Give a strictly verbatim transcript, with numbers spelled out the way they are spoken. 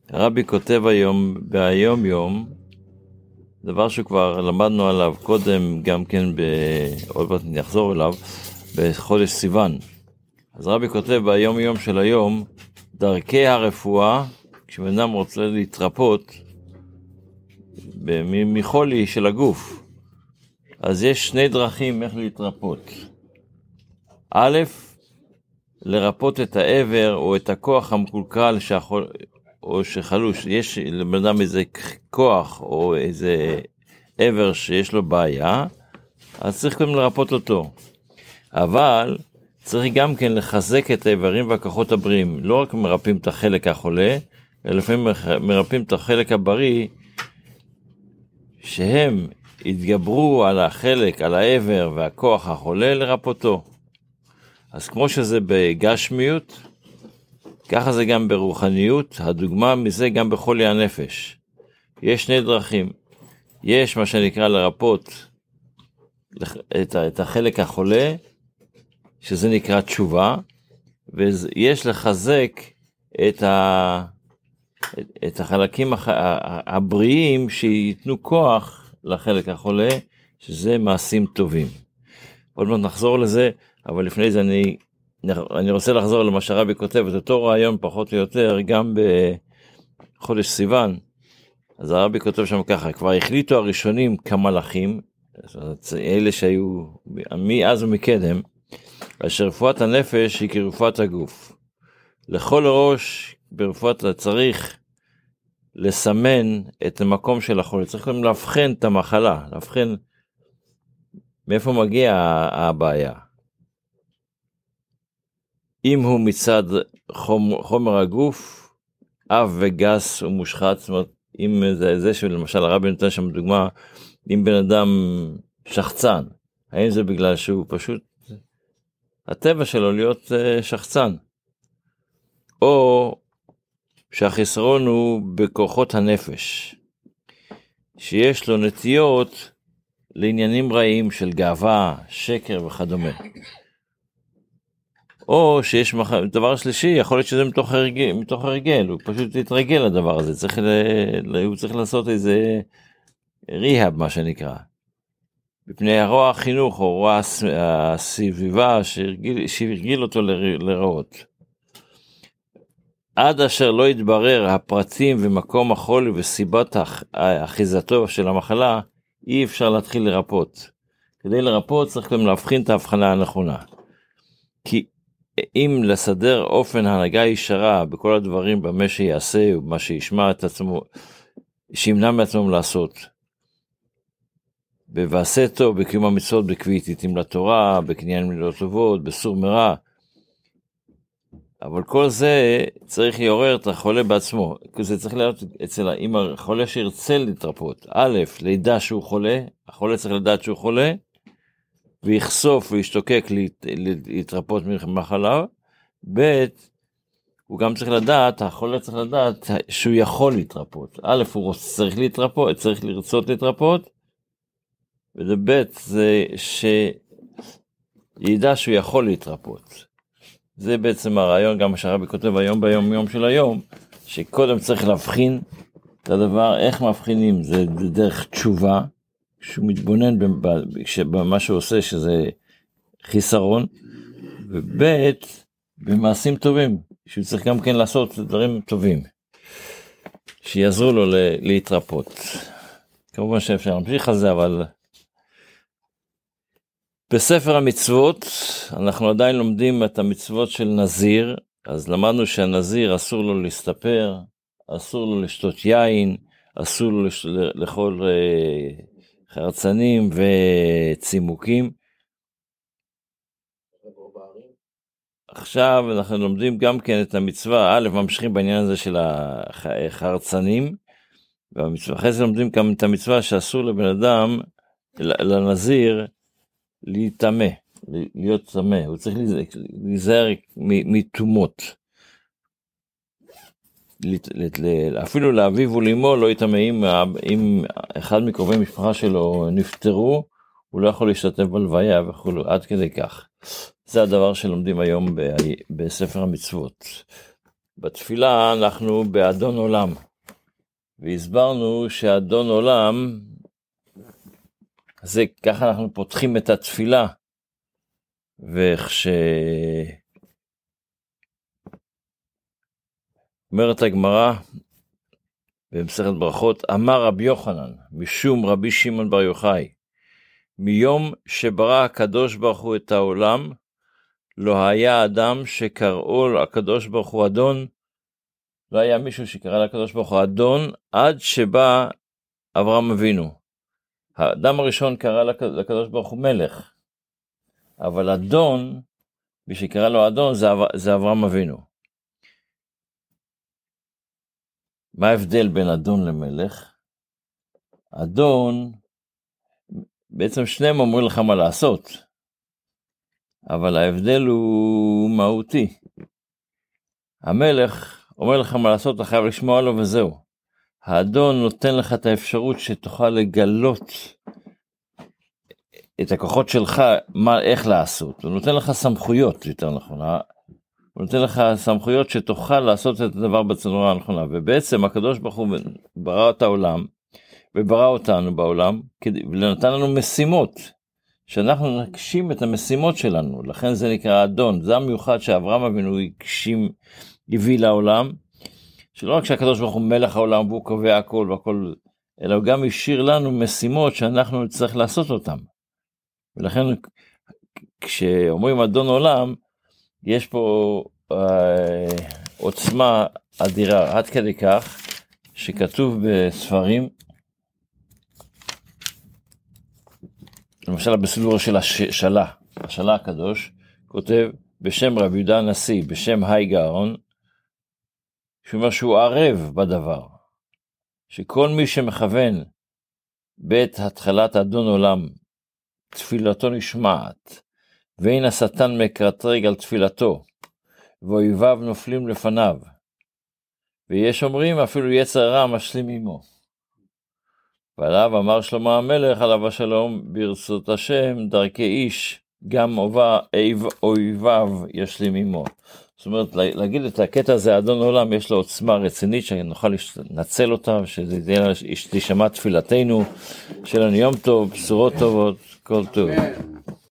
רבי כותב היום, ביום יום, דבר שכבר למדנו עליו קודם, גם כן, עוד מעט נחזור אליו, בחודש סיוון. אז רבי כותב ביום יום של היום, דרכי הרפואה, כשבן אדם רוצה להתרפות, מחולי של הגוף. אז יש שני דרכים איך להתרפות. א', לרפות את העבר או את הכוח המקולקל שיכול, או שחלוש. יש לבן אדם איזה כוח או איזה עבר שיש לו בעיה, אז צריך קודם לרפות אותו. אבל צריך גם כן לחזק את האיברים והכוחות הבריאים. לא רק מרפאים את החלק החולה, אלא לפעמים מרפאים את החלק הבריא, שהם התגברו על החלק, על העבר והכוח החולה לרפותו. אז כמו שזה בגשמיות, ככה זה גם ברוחניות. הדוגמה מזה גם בחולי הנפש. יש שני דרכים. יש מה שנקרא לרפות את, את החלק החולה, שזה נקרא תשובה, ויש לחזק את, ה, את החלקים הבריאים שיתנו כוח לחלק החולה, שזה מעשים טובים. עוד מעט נחזור לזה, אבל לפני זה אני, אני רוצה לחזור למה שרבי כותב, את אותו רעיון פחות או יותר, גם בחודש סיוון. אז הרבי כותב שם ככה, כבר החליטו הראשונים כמלאכים, אלה שהיו מאז ומקדם, אשר רפואת הנפש היא כרפואת הגוף. לכל ראש ברפואת צריך לסמן את המקום של החולה, צריך גם להבחן את המחלה, להבחן מאיפה מגיע הבעיה. אם הוא מצד חומר הגוף, אף וגס ומושחת, זאת אומרת, אם זה, זה שלמשל הרבי נותן שם דוגמה, אם בן אדם שחצן, האם זה בגלל שהוא פשוט, הטבע שלו להיות שחצן, או שהחיסרון הוא בכוחות הנפש, שיש לו נטיות לעניינים רעים של גאווה, שקר וכדומה. או שיש מח... דבר שלישי, יכול להיות שזה מתוך הרגל, מתוך הרגל, הוא פשוט יתרגל לדבר הזה, צריך ל... הוא צריך לעשות איזה ריהב, מה שנקרא. בפני הרוע החינוך, או רוע הסביבה, שהרגיל, שהרגיל אותו לראות. עד אשר לא יתברר הפרטים ומקום החולי וסיבת אחיזתו של המחלה, אי אפשר להתחיל לרפות. כדי לרפות צריך גם להבחין את ההבחנה הנכונה. כי אם לסדר אופן הנהגה ישרה בכל הדברים במה שיעשה ובמה שישמע את עצמו, שימנע מעצמם לעשות, בבעשה טוב, בקיום המצוות, בקביעת עיתים לתורה, בקניין מילות טובות, בסור מרע, אבל כל זה צריך לעורר את החולה בעצמו. זה צריך להיות אצל, אם החולה שירצה להתרפות, א', לידע שהוא חולה, החולה צריך לדעת שהוא חולה, ויחשוף וישתוקק להתרפות ממחלה. ב', הוא גם צריך לדעת, החולה צריך לדעת שהוא יכול להתרפות. א', הוא צריך להתרפות, צריך לרצות להתרפות, וב', זה שידע שהוא יכול להתרפות. זה בעצם הרעיון, גם מה שהרבי כותב היום ביום יום של היום, שקודם צריך להבחין את הדבר, איך מבחינים, זה דרך תשובה, שהוא מתבונן במה שהוא עושה, שזה חיסרון, וב' במעשים טובים, שהוא צריך גם כן לעשות דברים טובים, שיעזרו לו להתרפות. כמובן שאפשר להמשיך על זה, אבל בספר המצוות, אנחנו עדיין לומדים את המצוות של נזיר, אז למדנו שהנזיר אסור לו להסתפר, אסור לו לשתות יין, אסור לו לאכול חרצנים וצימוקים. עכשיו אנחנו לומדים גם כן את המצווה, א', ממשיכים בעניין הזה של החרצנים, והמצווה, אחרי זה לומדים גם את המצווה שאסור לבן אדם, לנזיר, להתאמה, להיות צמא, הוא צריך להיזהר מתומות. אפילו לאביו ולאמו לא יתאמה, אם אחד מקרובי משפחה שלו נפטרו, הוא לא יכול להשתתף בלוויה וכו', עד כדי כך. זה הדבר שלומדים היום בספר המצוות. בתפילה אנחנו באדון עולם, והסברנו שאדון עולם, זה ככה אנחנו פותחים את התפילה, ואיך ש... אומרת הגמרא, במסכת ברכות, אמר רבי יוחנן, משום רבי שמעון בר יוחאי, מיום שברא הקדוש ברוך הוא את העולם, לא היה אדם שקראו הקדוש ברוך הוא אדון, לא היה מישהו שקרא לקדוש ברוך הוא אדון, עד שבא אברהם אבינו. האדם הראשון קרא לקדוש ברוך הוא מלך, אבל אדון, מי שקרא לו אדון, זה, זה אברהם אבינו. מה ההבדל בין אדון למלך? אדון, בעצם שניהם אומרים לך מה לעשות, אבל ההבדל הוא מהותי. המלך אומר לך מה לעשות, אתה חייב לשמוע לו וזהו. האדון נותן לך את האפשרות שתוכל לגלות את הכוחות שלך, מה, איך לעשות. הוא נותן לך סמכויות, יותר נכון. הוא נותן לך סמכויות שתוכל לעשות את הדבר בצורה הנכונה. ובעצם הקדוש ברוך הוא ברא את העולם, וברא אותנו בעולם, ונתן לנו משימות, שאנחנו נגשים את המשימות שלנו. לכן זה נקרא אדון. זה המיוחד שאברהם אבינו הגשים, הביא לעולם, שלא רק שהקדוש ברוך הוא מלך העולם, והוא קובע הכל והכל, אלא הוא גם השאיר לנו משימות שאנחנו נצטרך לעשות אותן. ולכן כשאומרים אדון עולם, יש פה אה, עוצמה אדירה, עד כדי כך, שכתוב בספרים, למשל בסילור של השלה, השלה הקדוש, כותב בשם רבי יהודה הנשיא, בשם היי גאון, שהוא אומר שהוא ערב בדבר, שכל מי שמכוון בית התחלת אדון עולם, תפילתו נשמעת, ואין השטן מקרטרג על תפילתו, ואויביו נופלים לפניו, ויש אומרים אפילו יצר רע משלים עמו. ועליו אמר שלמה המלך עליו השלום, ברצות השם דרכי איש, גם אויביו ישלים עמו. זאת אומרת, להגיד את הקטע הזה, אדון עולם, יש לו עוצמה רצינית, שנוכל לנצל אותה, שתשמע תפילתנו, שיהיה לנו יום טוב, בשורות טובות, כל טוב.